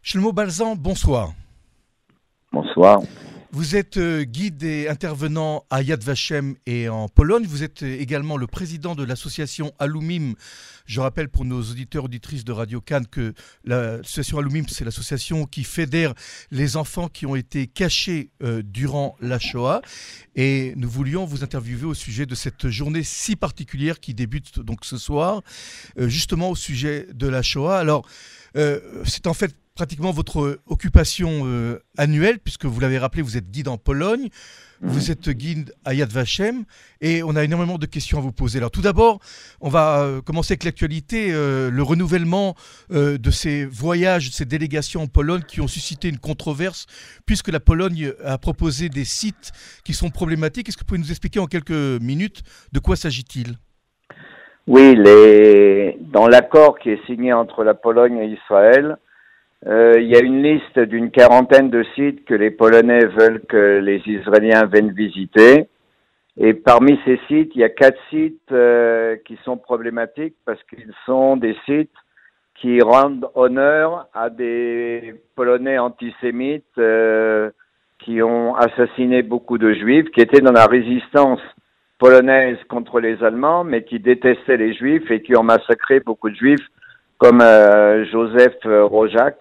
Shlomo Balzan, bonsoir. Bonsoir. Vous êtes guide et intervenant à Yad Vashem et en Pologne. Vous êtes également le président de l'association Alumim. Je rappelle pour nos auditeurs auditrices de Radio Cannes que l'association Alumim, c'est l'association qui fédère les enfants qui ont été cachés durant la Shoah. Et nous voulions vous interviewer au sujet de cette journée si particulière qui débute donc ce soir, justement au sujet de la Shoah. Alors, c'est en fait pratiquement votre occupation annuelle, puisque vous l'avez rappelé, vous êtes guide en Pologne, vous êtes guide à Yad Vashem, et on a énormément de questions à vous poser. Alors tout d'abord, on va commencer avec l'actualité, le renouvellement de ces voyages, de ces délégations en Pologne qui ont suscité une controverse, puisque la Pologne a proposé des sites qui sont problématiques. Est-ce que vous pouvez nous expliquer en quelques minutes de quoi s'agit-il ? Oui, dans l'accord qui est signé entre la Pologne et Israël, il y a une liste d'une quarantaine de sites que les Polonais veulent que les Israéliens viennent visiter. Et parmi ces sites, il y a 4 sites qui sont problématiques parce qu'ils sont des sites qui rendent honneur à des Polonais antisémites qui ont assassiné beaucoup de Juifs, qui étaient dans la résistance polonaise contre les Allemands, mais qui détestaient les Juifs et qui ont massacré beaucoup de Juifs, comme Joseph Rojak.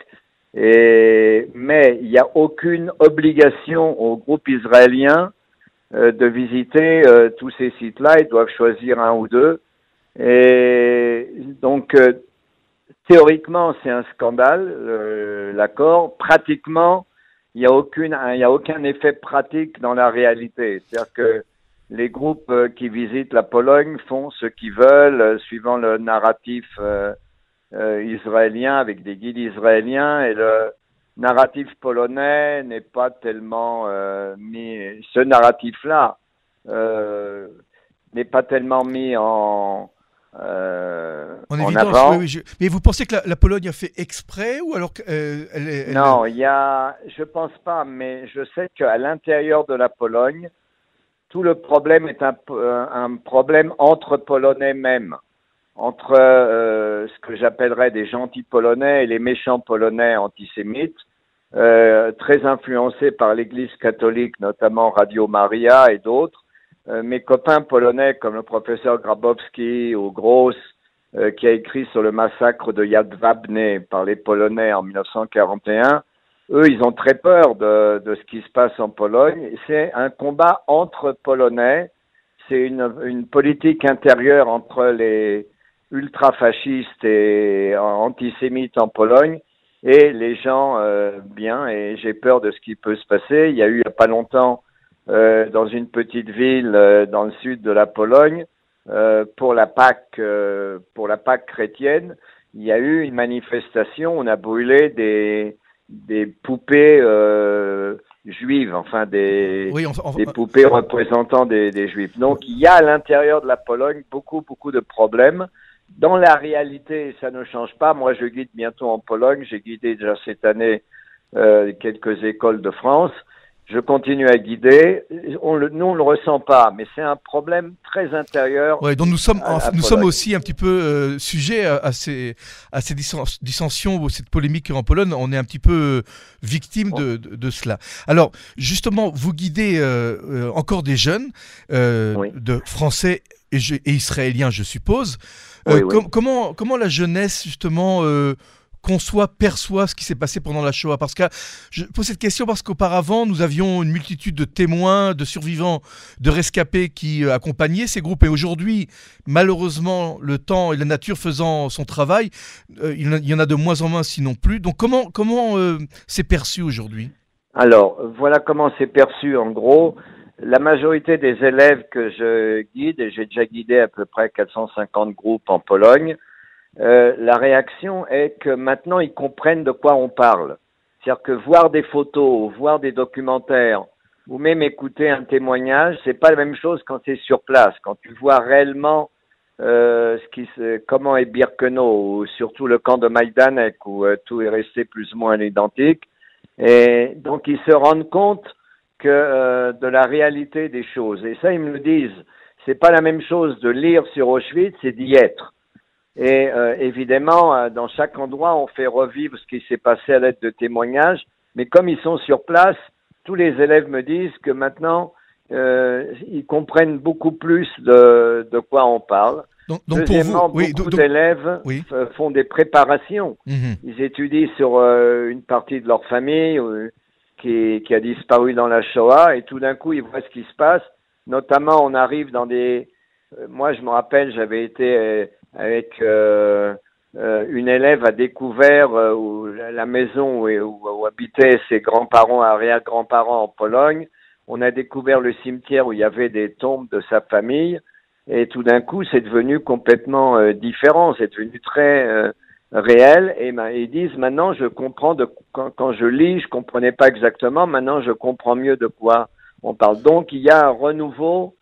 Mais il n'y a aucune obligation au groupe israélien de visiter tous ces sites-là. Ils doivent choisir un ou deux. Et donc, théoriquement, c'est un scandale, l'accord. Pratiquement, il n'y a aucun effet pratique dans la réalité. C'est-à-dire que les groupes qui visitent la Pologne font ce qu'ils veulent, suivant le narratif israélien, avec des guides israéliens, et le narratif polonais n'est pas tellement mis. Ce narratif-là n'est pas tellement mis en évidence, avant. Oui. Mais vous pensez que la Pologne a fait exprès ou alors Non, je pense pas, mais je sais qu'à l'intérieur de la Pologne, tout le problème est un problème entre Polonais même, entre ce que j'appellerais des gentils Polonais et les méchants Polonais antisémites, très influencés par l'Église catholique, notamment Radio Maria et d'autres. Mes copains polonais comme le professeur Grabowski ou Gross, qui a écrit sur le massacre de Yad Wabne par les Polonais en 1941, eux, ils ont très peur de ce qui se passe en Pologne. C'est un combat entre Polonais. C'est une politique intérieure entre les ultra-fascistes et antisémites en Pologne et les gens bien. Et j'ai peur de ce qui peut se passer. Il y a eu il n'y a pas longtemps dans une petite ville dans le sud de la Pologne pour la Pâque chrétienne. Il y a eu une manifestation. On a brûlé des poupées juives, enfin des poupées représentant des juifs. Donc il y a à l'intérieur de la Pologne beaucoup de problèmes. Dans la réalité, ça ne change pas. Moi, je guide bientôt en Pologne. J'ai guidé déjà cette année quelques écoles de France. Je continue à guider. Nous, on le ressent pas, mais c'est un problème très intérieur. Ouais, donc nous sommes aussi un petit peu sujets à ces dissensions ou cette polémique en Pologne. On est un petit peu victime de cela. Alors, justement, vous guidez encore des jeunes, de Français et Israéliens, je suppose. Oui. Comment la jeunesse, justement, perçoit ce qui s'est passé pendant la Shoah? Parce que je pose cette question parce qu'auparavant, nous avions une multitude de témoins, de survivants, de rescapés qui accompagnaient ces groupes. Et aujourd'hui, malheureusement, le temps et la nature faisant son travail, il y en a de moins en moins, sinon plus. Donc comment c'est perçu aujourd'hui? Alors, voilà comment c'est perçu en gros. La majorité des élèves que je guide, et j'ai déjà guidé à peu près 450 groupes en Pologne, la réaction est que maintenant ils comprennent de quoi on parle. C'est-à-dire que voir des photos, voir des documentaires, ou même écouter un témoignage, c'est pas la même chose quand tu es sur place, quand tu vois réellement comment est Birkenau, ou surtout le camp de Majdanek, où tout est resté plus ou moins identique. Et donc ils se rendent compte que de la réalité des choses. Et ça, ils me le disent. C'est pas la même chose de lire sur Auschwitz et d'y être. Et évidemment, dans chaque endroit, on fait revivre ce qui s'est passé à l'aide de témoignages. Mais comme ils sont sur place, tous les élèves me disent que maintenant, ils comprennent beaucoup plus de quoi on parle. Donc Deuxièmement, pour vous, oui, beaucoup d'élèves oui. font des préparations. Mhm. Ils étudient sur une partie de leur famille qui a disparu dans la Shoah et tout d'un coup, ils voient ce qui se passe. Notamment, on arrive dans des... moi, je me rappelle, j'avais été avec une élève a découvert la maison où habitaient ses grands-parents, arrière-grands-parents en Pologne. On a découvert le cimetière où il y avait des tombes de sa famille. Et tout d'un coup, c'est devenu complètement différent. C'est devenu très réel. Et ils disent, maintenant, je comprends, quand je lis, je comprenais pas exactement. Maintenant, je comprends mieux de quoi on parle. Donc, il y a un renouveau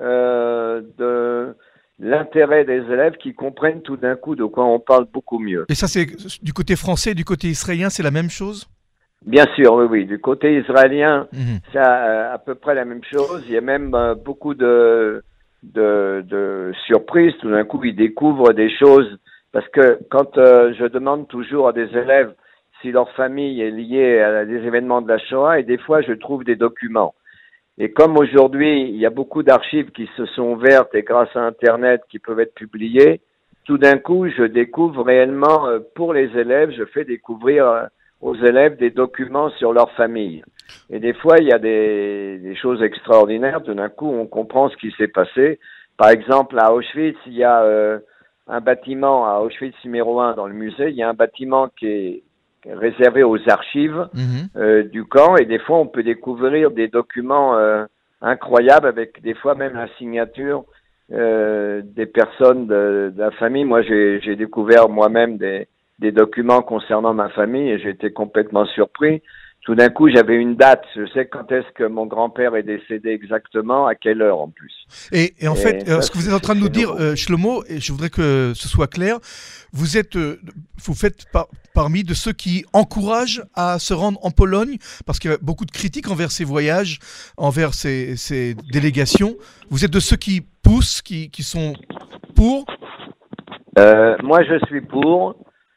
de l'intérêt des élèves qui comprennent tout d'un coup de quoi on parle beaucoup mieux. Et ça, c'est du côté français, du côté israélien, c'est la même chose? Bien sûr, oui, oui. Du côté israélien, c'est à peu près la même chose. Il y a même beaucoup de surprises. Tout d'un coup, ils découvrent des choses. Parce que quand je demande toujours à des élèves si leur famille est liée à des événements de la Shoah, et des fois, je trouve des documents. Et comme aujourd'hui, il y a beaucoup d'archives qui se sont ouvertes et grâce à Internet qui peuvent être publiées, tout d'un coup, je découvre réellement, pour les élèves, je fais découvrir aux élèves des documents sur leur famille. Et des fois, il y a des choses extraordinaires. Tout d'un coup, on comprend ce qui s'est passé. Par exemple, à Auschwitz, il y a un bâtiment, à Auschwitz numéro 1 dans le musée, il y a un bâtiment qui est réservé aux archives du camp. Et des fois, on peut découvrir des documents incroyables avec des fois même la signature des personnes de la famille. Moi, j'ai découvert moi-même des documents concernant ma famille et j'ai été complètement surpris. Tout d'un coup, j'avais une date. Je sais quand est-ce que mon grand-père est décédé exactement, à quelle heure en plus. Et en fait, ça, ce que vous êtes en train de nous dire, Shlomo, et je voudrais que ce soit clair, vous faites parmi de ceux qui encouragent à se rendre en Pologne, parce qu'il y a beaucoup de critiques envers ces voyages, envers ces délégations. Vous êtes de ceux qui poussent, qui sont pour? Moi, je suis pour.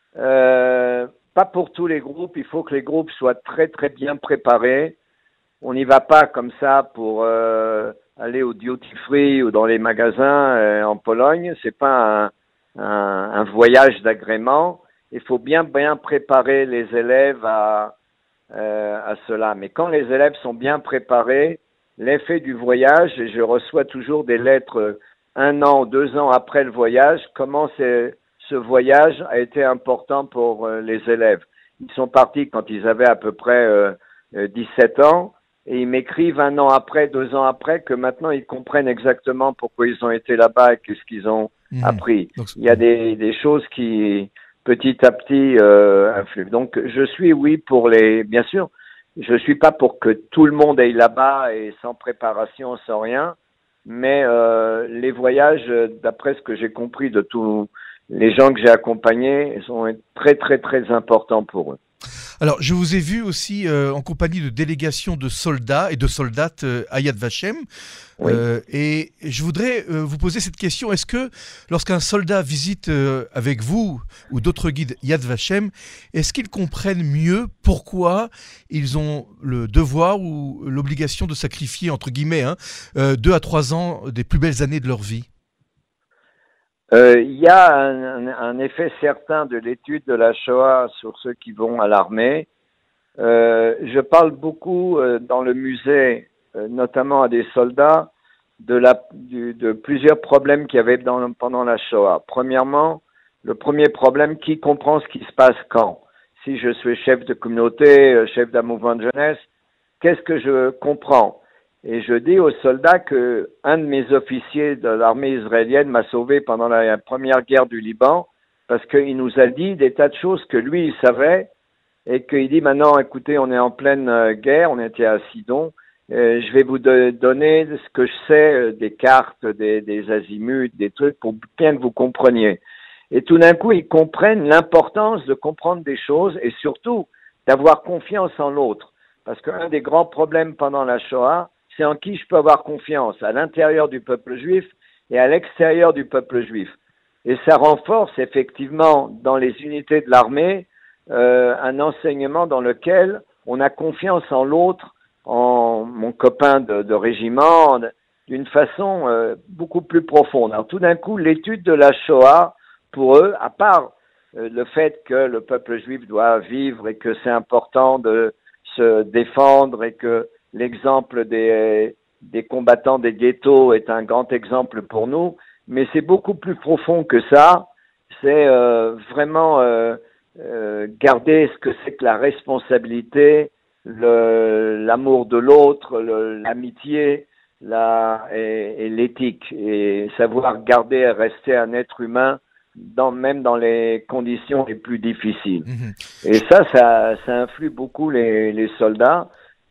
Pas pour tous les groupes. Il faut que les groupes soient très très bien préparés. On n'y va pas comme ça pour aller au duty free ou dans les magasins en Pologne. C'est pas un voyage d'agrément. Il faut bien préparer les élèves à cela. Mais quand les élèves sont bien préparés, l'effet du voyage, et je reçois toujours des lettres 1 an ou 2 ans après le voyage, comment ce voyage a été important pour les élèves. Ils sont partis quand ils avaient à peu près 17 ans et ils m'écrivent 1 an après, 2 ans après que maintenant ils comprennent exactement pourquoi ils ont été là-bas et qu'est-ce qu'ils ont appris. Donc, il y a des choses qui petit à petit influent. Donc je suis oui pour bien sûr, je suis pas pour que tout le monde aille là-bas et sans préparation, sans rien, mais les voyages, d'après ce que j'ai compris de tous les gens que j'ai accompagnés, sont très très très importants pour eux. Alors, je vous ai vu aussi en compagnie de délégations de soldats et de soldates à Yad Vashem. Oui. Et je voudrais vous poser cette question. Est-ce que lorsqu'un soldat visite avec vous ou d'autres guides Yad Vashem, est-ce qu'ils comprennent mieux pourquoi ils ont le devoir ou l'obligation de sacrifier, entre guillemets, 2 à 3 ans des plus belles années de leur vie? Il y a un effet certain de l'étude de la Shoah sur ceux qui vont à l'armée. Je parle beaucoup dans le musée, notamment à des soldats, de plusieurs problèmes qu'il y avait pendant la Shoah. Premièrement, le premier problème, qui comprend ce qui se passe quand? Si je suis chef de communauté, chef d'un mouvement de jeunesse, qu'est-ce que je comprends? Et je dis aux soldats que un de mes officiers de l'armée israélienne m'a sauvé pendant la première guerre du Liban parce qu'il nous a dit des tas de choses que lui, il savait et qu'il dit maintenant, écoutez, on est en pleine guerre, on était à Sidon, je vais vous donner ce que je sais des cartes, des azimuts, des trucs pour bien que vous compreniez. Et tout d'un coup, ils comprennent l'importance de comprendre des choses et surtout d'avoir confiance en l'autre. Parce qu'un des grands problèmes pendant la Shoah, c'est en qui je peux avoir confiance, à l'intérieur du peuple juif et à l'extérieur du peuple juif. Et ça renforce effectivement dans les unités de l'armée un enseignement dans lequel on a confiance en l'autre, en mon copain de régiment, d'une façon beaucoup plus profonde. Alors tout d'un coup, l'étude de la Shoah, pour eux, à part le fait que le peuple juif doit vivre et que c'est important de se défendre et que l'exemple des combattants des ghettos est un grand exemple pour nous, mais c'est beaucoup plus profond que ça. C'est vraiment garder ce que c'est que la responsabilité, l'amour de l'autre, l'amitié et l'éthique, et savoir garder et rester un être humain même dans les conditions les plus difficiles. Et ça influe beaucoup les soldats.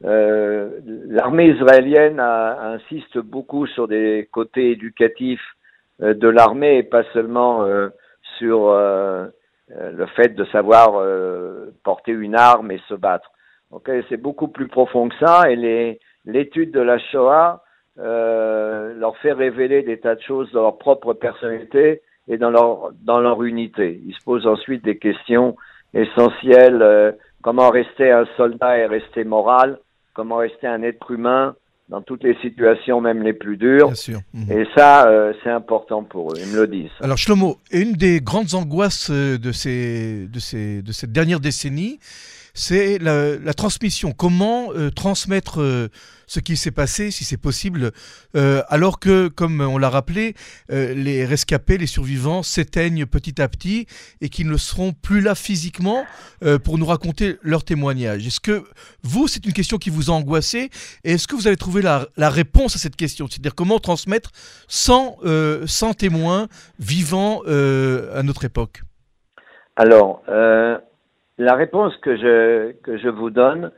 L'armée israélienne insiste beaucoup sur des côtés éducatifs de l'armée et pas seulement sur le fait de savoir porter une arme et se battre. Okay, c'est beaucoup plus profond que ça, et l'étude de la Shoah leur fait révéler des tas de choses de leur propre personnalité et dans leur unité. Ils se posent ensuite des questions essentielles, comment rester un soldat et rester moral, comment rester un être humain dans toutes les situations, même les plus dures. Bien sûr. Et ça, c'est important pour eux, ils me le disent. Alors Shlomo, une des grandes angoisses de cette dernière décennie, c'est la transmission. Comment transmettre ce qui s'est passé, si c'est possible, alors que, comme on l'a rappelé, les rescapés, les survivants s'éteignent petit à petit et qu'ils ne seront plus là physiquement pour nous raconter leur témoignage. Est-ce que vous, c'est une question qui vous a angoissé, et est-ce que vous avez trouvé la réponse à cette question? C'est-à-dire comment transmettre sans témoins vivants à notre époque? Alors, la réponse que je vous donne,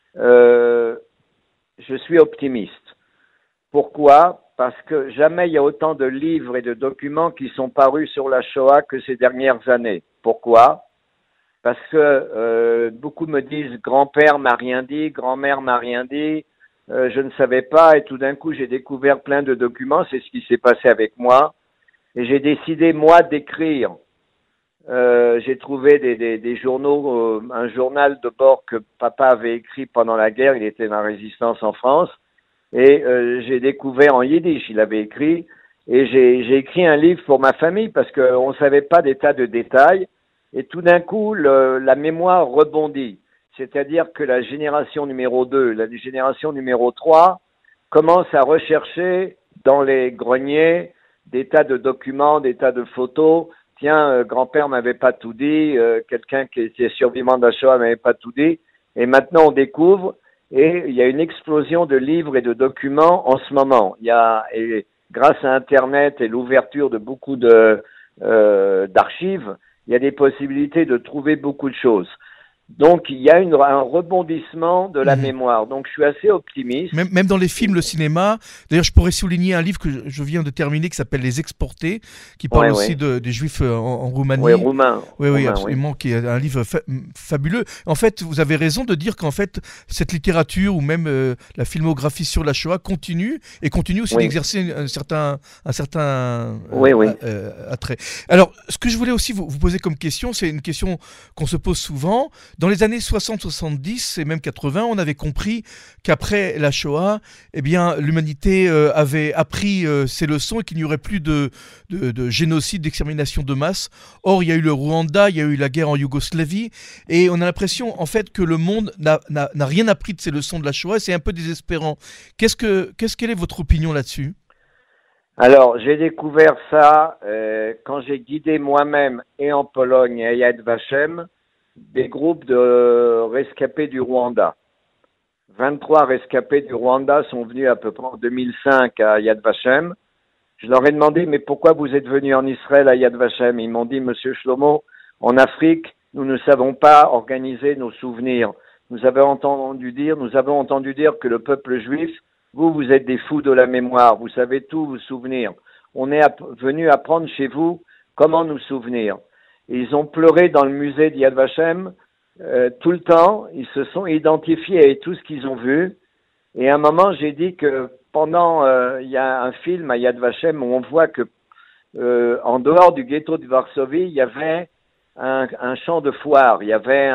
je suis optimiste. Pourquoi? Parce que jamais il y a autant de livres et de documents qui sont parus sur la Shoah que ces dernières années. Pourquoi? Parce que beaucoup me disent « grand-père m'a rien dit, grand-mère m'a rien dit, je ne savais pas » et tout d'un coup j'ai découvert plein de documents, c'est ce qui s'est passé avec moi, et j'ai décidé moi d'écrire. J'ai trouvé des journaux, un journal de bord que papa avait écrit pendant la guerre, il était dans la résistance en France, et j'ai découvert en yiddish, il avait écrit, et j'ai écrit un livre pour ma famille parce qu'on ne savait pas des tas de détails, et tout d'un coup la mémoire rebondit, c'est-à-dire que la génération numéro 2, la génération numéro 3 commence à rechercher dans les greniers des tas de documents, des tas de photos. Tiens, grand-père m'avait pas tout dit, quelqu'un qui était survivant de la Shoah m'avait pas tout dit, et maintenant on découvre, et il y a une explosion de livres et de documents en ce moment. Et grâce à Internet et l'ouverture de beaucoup d'archives, il y a des possibilités de trouver beaucoup de choses. Donc, il y a un rebondissement de la mémoire. Donc, je suis assez optimiste. Même dans les films, le cinéma. D'ailleurs, je pourrais souligner un livre que je viens de terminer qui s'appelle Les Exportés, qui parle aussi des Juifs en Roumanie. Oui, roumain. Oui, absolument, qui est un livre fabuleux. En fait, vous avez raison de dire qu'en fait, cette littérature ou même la filmographie sur la Shoah continue aussi d'exercer un certain attrait. Alors, ce que je voulais aussi vous poser comme question, c'est une question qu'on se pose souvent. Dans les années 60, 70 et même 80, on avait compris qu'après la Shoah, eh bien, l'humanité avait appris ses leçons et qu'il n'y aurait plus de génocide, d'extermination de masse. Or, il y a eu le Rwanda, il y a eu la guerre en Yougoslavie, et on a l'impression en fait que le monde n'a rien appris de ces leçons de la Shoah, et c'est un peu désespérant. Quelle est votre opinion là-dessus? Alors, j'ai découvert ça quand j'ai guidé moi-même et en Pologne et à Yad Vashem des groupes de rescapés du Rwanda. 23 rescapés du Rwanda sont venus à peu près en 2005 à Yad Vashem. Je leur ai demandé, mais pourquoi vous êtes venus en Israël à Yad Vashem? Ils m'ont dit, Monsieur Shlomo, en Afrique, nous ne savons pas organiser nos souvenirs. Nous avons entendu dire que le peuple juif, vous êtes des fous de la mémoire, vous savez tout vous souvenir. On est venu apprendre chez vous comment nous souvenir. Et ils ont pleuré dans le musée d'Yad Vashem tout le temps. Ils se sont identifiés avec tout ce qu'ils ont vu. Et à un moment, j'ai dit que il y a un film à Yad Vashem où on voit que en dehors du ghetto de Varsovie, il y avait un champ de foire, il y avait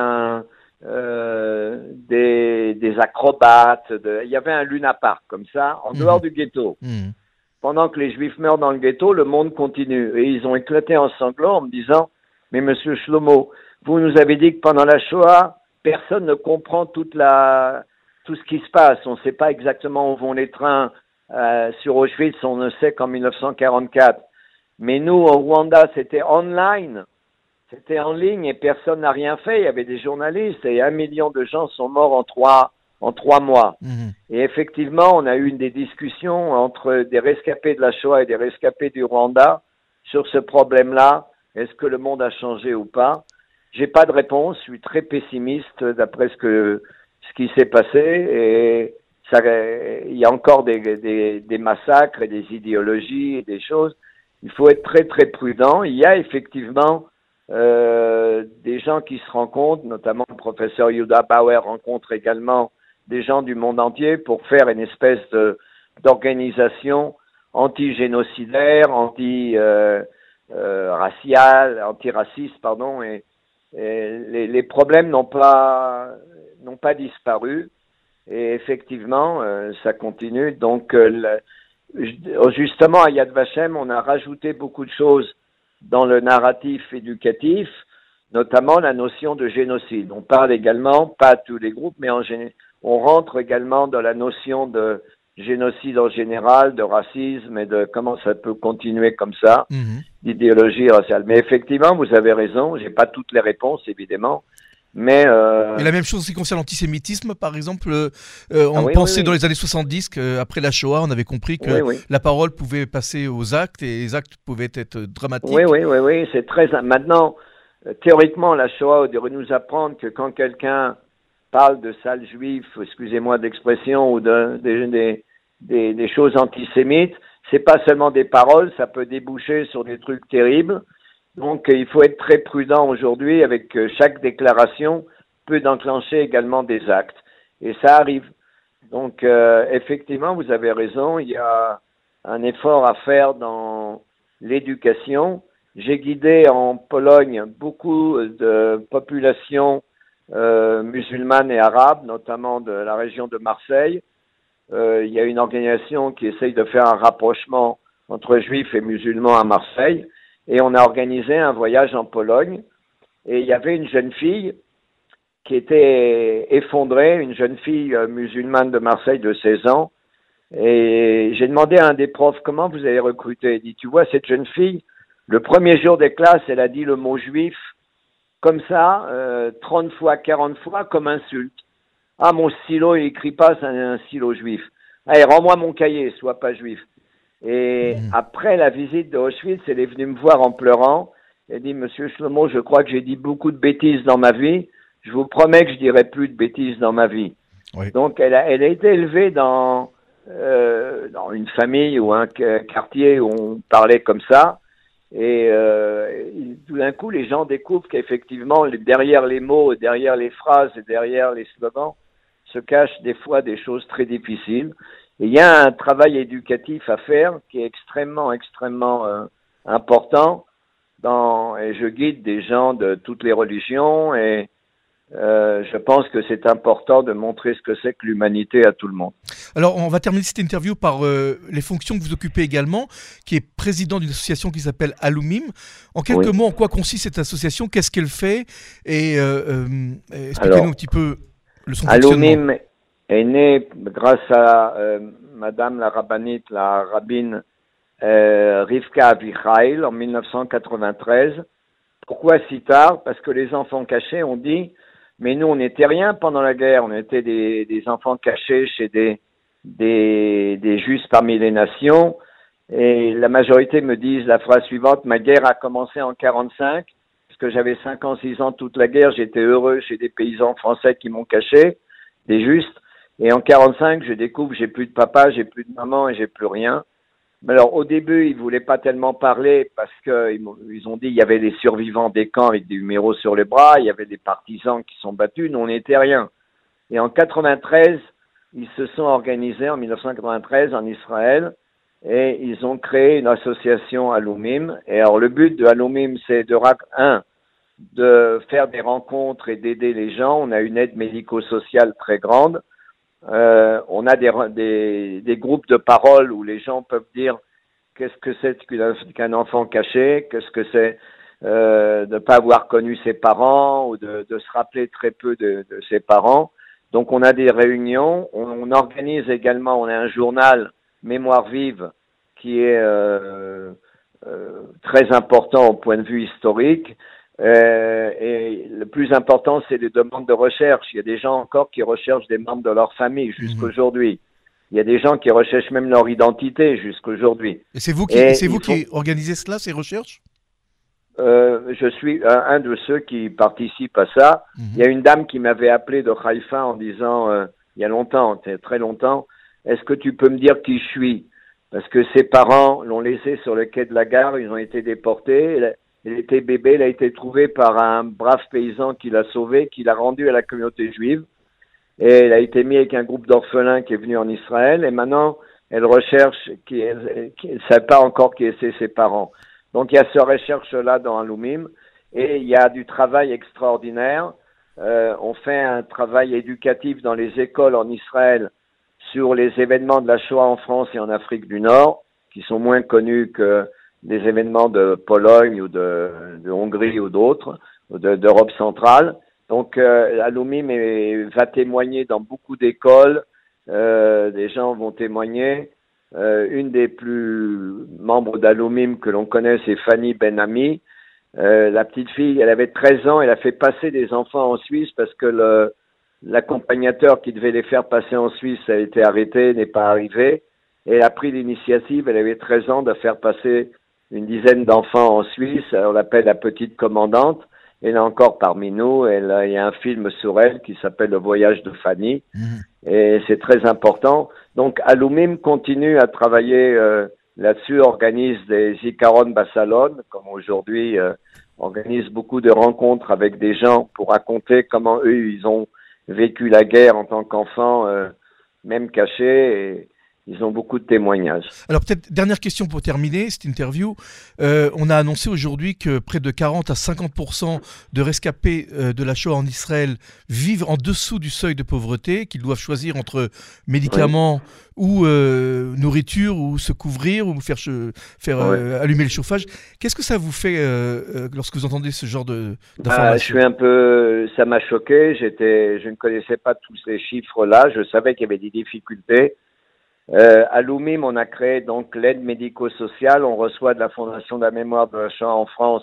des acrobates, il y avait un lunapark comme ça, en dehors du ghetto. Pendant que les Juifs meurent dans le ghetto, le monde continue. Et ils ont éclaté en sanglots en me disant, mais monsieur Shlomo, vous nous avez dit que pendant la Shoah, personne ne comprend tout ce qui se passe. On ne sait pas exactement où vont les trains sur Auschwitz, on ne sait qu'en 1944. Mais nous, au Rwanda, c'était online. C'était en ligne et personne n'a rien fait. Il y avait des journalistes et 1 million de gens sont morts en trois mois. Et effectivement, on a eu des discussions entre des rescapés de la Shoah et des rescapés du Rwanda sur ce problème-là. Est-ce que le monde a changé ou pas? J'ai pas de réponse. Je suis très pessimiste d'après ce qui s'est passé et il y a encore des massacres et des idéologies et des choses. Il faut être très très prudent. Il y a effectivement des gens qui se rencontrent, notamment le professeur Yehuda Bauer rencontre également des gens du monde entier pour faire une espèce d'organisation anti-génocidaire, antiraciste, pardon, et les problèmes n'ont pas disparu et effectivement ça continue. Donc justement à Yad Vashem, on a rajouté beaucoup de choses dans le narratif éducatif, notamment la notion de génocide. On parle également, pas tous les groupes, mais on rentre également dans la notion de génocide en général, de racisme et de comment ça peut continuer comme ça, d'idéologie raciale. Mais effectivement, vous avez raison, j'ai pas toutes les réponses, évidemment. Mais et la même chose aussi concerne l'antisémitisme, par exemple. On pensait dans les années 70 qu'après la Shoah, on avait compris que la parole pouvait passer aux actes et les actes pouvaient être dramatiques. Oui, c'est très... Maintenant, théoriquement, la Shoah devrait nous apprendre que quand quelqu'un parle de sale juif, excusez-moi d'expression, ou des choses antisémites, c'est pas seulement des paroles, ça peut déboucher sur des trucs terribles. Donc, il faut être très prudent aujourd'hui avec chaque déclaration peut enclencher également des actes. Et ça arrive. Donc, effectivement, vous avez raison, il y a un effort à faire dans l'éducation. J'ai guidé en Pologne beaucoup de populations musulmanes et arabes, notamment de la région de Marseille. Il y a une organisation qui essaye de faire un rapprochement entre juifs et musulmans à Marseille. Et on a organisé un voyage en Pologne. Et il y avait une jeune fille qui était effondrée, une jeune fille musulmane de Marseille de 16 ans. Et j'ai demandé à un des profs, comment vous avez recruté? Il dit, tu vois, cette jeune fille, le premier jour des classes, elle a dit le mot juif, comme ça, 30 fois, 40 fois, comme insulte. Ah, mon stylo, il écrit pas, c'est un stylo juif. Allez, rends-moi mon cahier, sois pas juif. Et après la visite de Auschwitz, elle est venue me voir en pleurant. Elle dit, Monsieur Shlomo, je crois que j'ai dit beaucoup de bêtises dans ma vie. Je vous promets que je dirai plus de bêtises dans ma vie. Oui. Donc, elle a été élevée dans une famille ou un quartier où on parlait comme ça. Et tout d'un coup, les gens découvrent qu'effectivement, derrière les mots, derrière les phrases et derrière les slogans, se cachent des fois des choses très difficiles. Et il y a un travail éducatif à faire qui est extrêmement important. Et je guide des gens de toutes les religions et je pense que c'est important de montrer ce que c'est que l'humanité à tout le monde. Alors, on va terminer cette interview par les fonctions que vous occupez également, qui est président d'une association qui s'appelle Alumim. En quelques mots, en quoi consiste cette association? Qu'est-ce qu'elle fait? Et expliquez-nous un petit peu son fonctionnement. Alumim est né grâce à Madame la rabbinite, la rabbine Rivka Avichail en 1993. Pourquoi si tard? Parce que les enfants cachés ont dit, mais nous on n'était rien pendant la guerre, on était des enfants cachés chez des juifs parmi les nations, et la majorité me disent la phrase suivante, ma guerre a commencé en 45, parce que j'avais 5 ans, 6 ans toute la guerre, j'étais heureux chez des paysans français qui m'ont caché, des justes, et en 45 je découvre j'ai plus de papa, j'ai plus de maman et j'ai plus rien. Alors, au début, ils voulaient pas tellement parler parce qu'ils ont dit il y avait des survivants des camps avec des numéros sur les bras, il y avait des partisans qui sont battus, nous on n'était rien. Et en 93, ils se sont organisés en 1993 en Israël et ils ont créé une association Alumim. Et alors le but de Alumim, c'est de faire des rencontres et d'aider les gens. On a une aide médico-sociale très grande. On a des groupes de parole où les gens peuvent dire qu'est-ce que c'est qu'un enfant caché, qu'est-ce que c'est de ne pas avoir connu ses parents ou de se rappeler très peu de ses parents. Donc on a des réunions, on organise également, on a un journal Mémoire vive qui est très important au point de vue historique. Et le plus important, c'est les demandes de recherche. Il y a des gens encore qui recherchent des membres de leur famille jusqu'aujourd'hui. Il y a des gens qui recherchent même leur identité jusqu'aujourd'hui. Et c'est vous qui organisez cela, ces recherches? Je suis un de ceux qui participent à ça. Il y a une dame qui m'avait appelé de Haïfa en disant, il y a longtemps, très longtemps, est-ce que tu peux me dire qui je suis? Parce que ses parents l'ont laissé sur le quai de la gare, ils ont été déportés. Il était bébé, il a été trouvé par un brave paysan qui l'a sauvé, qui l'a rendu à la communauté juive. Et il a été mis avec un groupe d'orphelins qui est venu en Israël. Et maintenant, elle recherche, elle ne sait pas encore qui étaient ses parents. Donc il y a cette recherche-là dans Alumim. Et il y a du travail extraordinaire. On fait un travail éducatif dans les écoles en Israël sur les événements de la Shoah en France et en Afrique du Nord, qui sont moins connus que des événements de Pologne ou de Hongrie ou d'autres, d'Europe centrale. Donc, Alumim va témoigner dans beaucoup d'écoles. Des gens vont témoigner. Une des plus membres d'Alumim que l'on connaît, c'est Fanny Ben-Ami. La petite fille, elle avait 13 ans, elle a fait passer des enfants en Suisse parce que l'accompagnateur qui devait les faire passer en Suisse a été arrêté, n'est pas arrivé. Et elle a pris l'initiative, elle avait 13 ans, de faire passer une dizaine d'enfants en Suisse. On l'appelle la petite commandante. Elle est encore parmi nous. Il y a un film sur elle qui s'appelle Le voyage de Fanny. Et c'est très important. Donc, Alumim continue à travailler là-dessus, organise des Zikaron Bassalon, comme aujourd'hui, organise beaucoup de rencontres avec des gens pour raconter comment eux, ils ont vécu la guerre en tant qu'enfants, même cachés. Et ils ont beaucoup de témoignages. Alors peut-être dernière question pour terminer cette interview. On a annoncé aujourd'hui que près de 40 à 50% de rescapés de la Shoah en Israël vivent en dessous du seuil de pauvreté, qu'ils doivent choisir entre médicaments ou nourriture, ou se couvrir, ou faire allumer le chauffage. Qu'est-ce que ça vous fait lorsque vous entendez ce genre d'informations? Ça m'a choqué. Je ne connaissais pas tous ces chiffres-là. Je savais qu'il y avait des difficultés. À Alumim, on a créé donc l'aide médico-sociale. On reçoit de la Fondation de la mémoire de la Shoah en France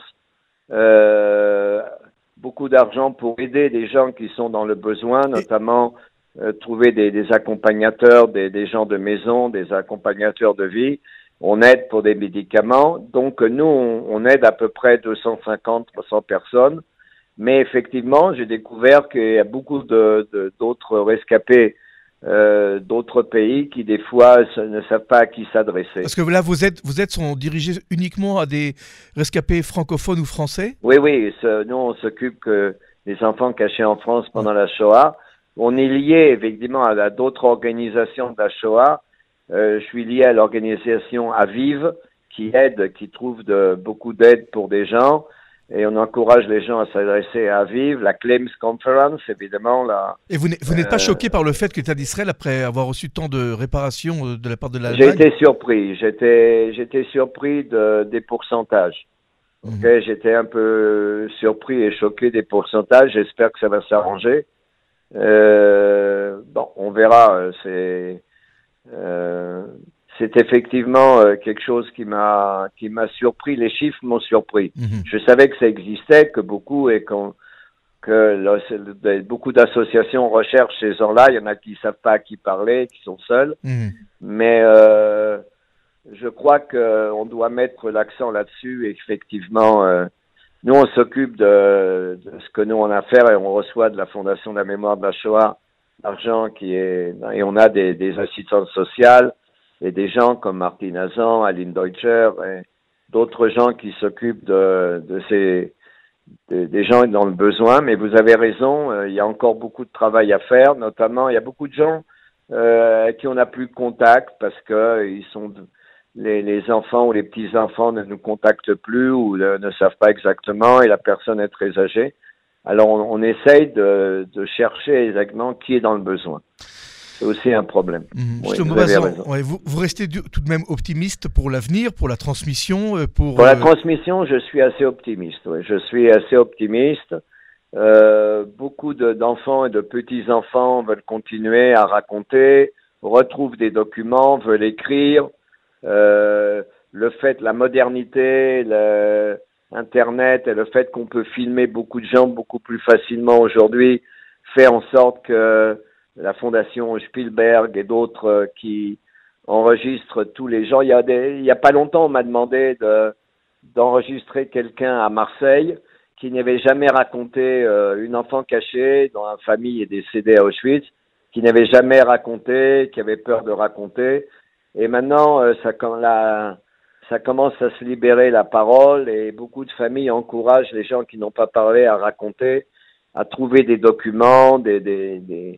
beaucoup d'argent pour aider des gens qui sont dans le besoin, notamment trouver des accompagnateurs, des gens de maison, des accompagnateurs de vie. On aide pour des médicaments. Donc nous, on aide à peu près 250-300 personnes. Mais effectivement, j'ai découvert qu'il y a beaucoup d'autres rescapés d'autres pays qui des fois ne savent pas à qui s'adresser. Parce que là, vos aides sont dirigées uniquement à des rescapés francophones ou français? Oui, nous on s'occupe des enfants cachés en France pendant la Shoah. On est lié effectivement à d'autres organisations de la Shoah. Je suis lié à l'organisation Aviv qui trouve beaucoup d'aide pour des gens. Et on encourage les gens à s'adresser à Aviv, la Claims Conference, évidemment. Et vous n'êtes pas choqué par le fait que l'État d'Israël, après avoir reçu tant de réparations de la part de l'Allemagne? J'ai été surpris. J'étais surpris des pourcentages. Okay, j'étais un peu surpris et choqué des pourcentages. J'espère que ça va s'arranger. Bon, on verra. C'est effectivement quelque chose qui m'a surpris. Les chiffres m'ont surpris. Je savais que ça existait, que beaucoup beaucoup d'associations recherchent ces gens-là. Il y en a qui ne savent pas à qui parler, qui sont seuls. Mais je crois qu'on doit mettre l'accent là-dessus. Effectivement, nous, on s'occupe de ce que nous, on a à faire et on reçoit de la Fondation de la mémoire de la Shoah l'argent et on a des assistantes sociales. Et des gens comme Martin Hazan, Aline Deutscher et d'autres gens qui s'occupent des gens dans le besoin. Mais vous avez raison, il y a encore beaucoup de travail à faire. Notamment, il y a beaucoup de gens à qui on n'a plus de contact parce que les enfants ou les petits-enfants ne nous contactent plus ou ne savent pas exactement et la personne est très âgée. Alors on essaye de chercher exactement qui est dans le besoin. C'est aussi un problème. Monsieur Maupassant, vous restez tout de même optimiste pour l'avenir, pour la transmission Pour la transmission, je suis assez optimiste. Oui. Je suis assez optimiste. Beaucoup d'enfants et de petits-enfants veulent continuer à raconter, retrouvent des documents, veulent écrire. La modernité, Internet et le fait qu'on peut filmer beaucoup de gens beaucoup plus facilement aujourd'hui fait en sorte que la fondation Spielberg et d'autres qui enregistrent tous les gens. Il y a pas longtemps, on m'a demandé d'enregistrer quelqu'un à Marseille qui n'avait jamais raconté une enfant cachée dont la famille est décédée à Auschwitz, qui n'avait jamais raconté, qui avait peur de raconter. Et maintenant, ça commence à se libérer la parole et beaucoup de familles encouragent les gens qui n'ont pas parlé à raconter, à trouver des documents, des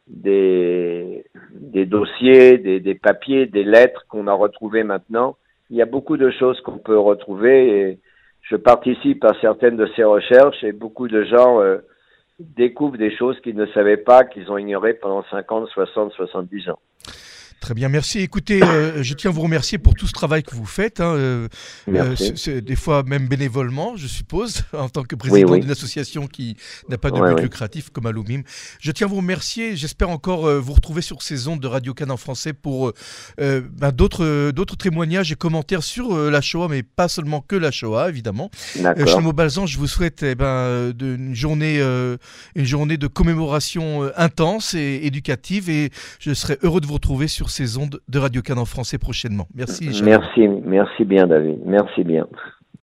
dossiers, des papiers, des lettres qu'on a retrouvés maintenant. Il y a beaucoup de choses qu'on peut retrouver et je participe à certaines de ces recherches et beaucoup de gens découvrent des choses qu'ils ne savaient pas, qu'ils ont ignorées pendant 50, 60, 70 ans. Très bien, merci. Écoutez, je tiens à vous remercier pour tout ce travail que vous faites. C'est des fois même bénévolement, je suppose, en tant que président d'une association qui n'a pas de but lucratif comme Alumim. Je tiens à vous remercier. J'espère encore vous retrouver sur ces ondes de Radio Cannes en français pour d'autres témoignages et commentaires sur la Shoah, mais pas seulement que la Shoah, évidemment. Shlomo Balzan, je vous souhaite une journée de commémoration intense et éducative et je serai heureux de vous retrouver sur ces ondes de Radio Cannes en français prochainement. Merci. Merci bien David, merci bien.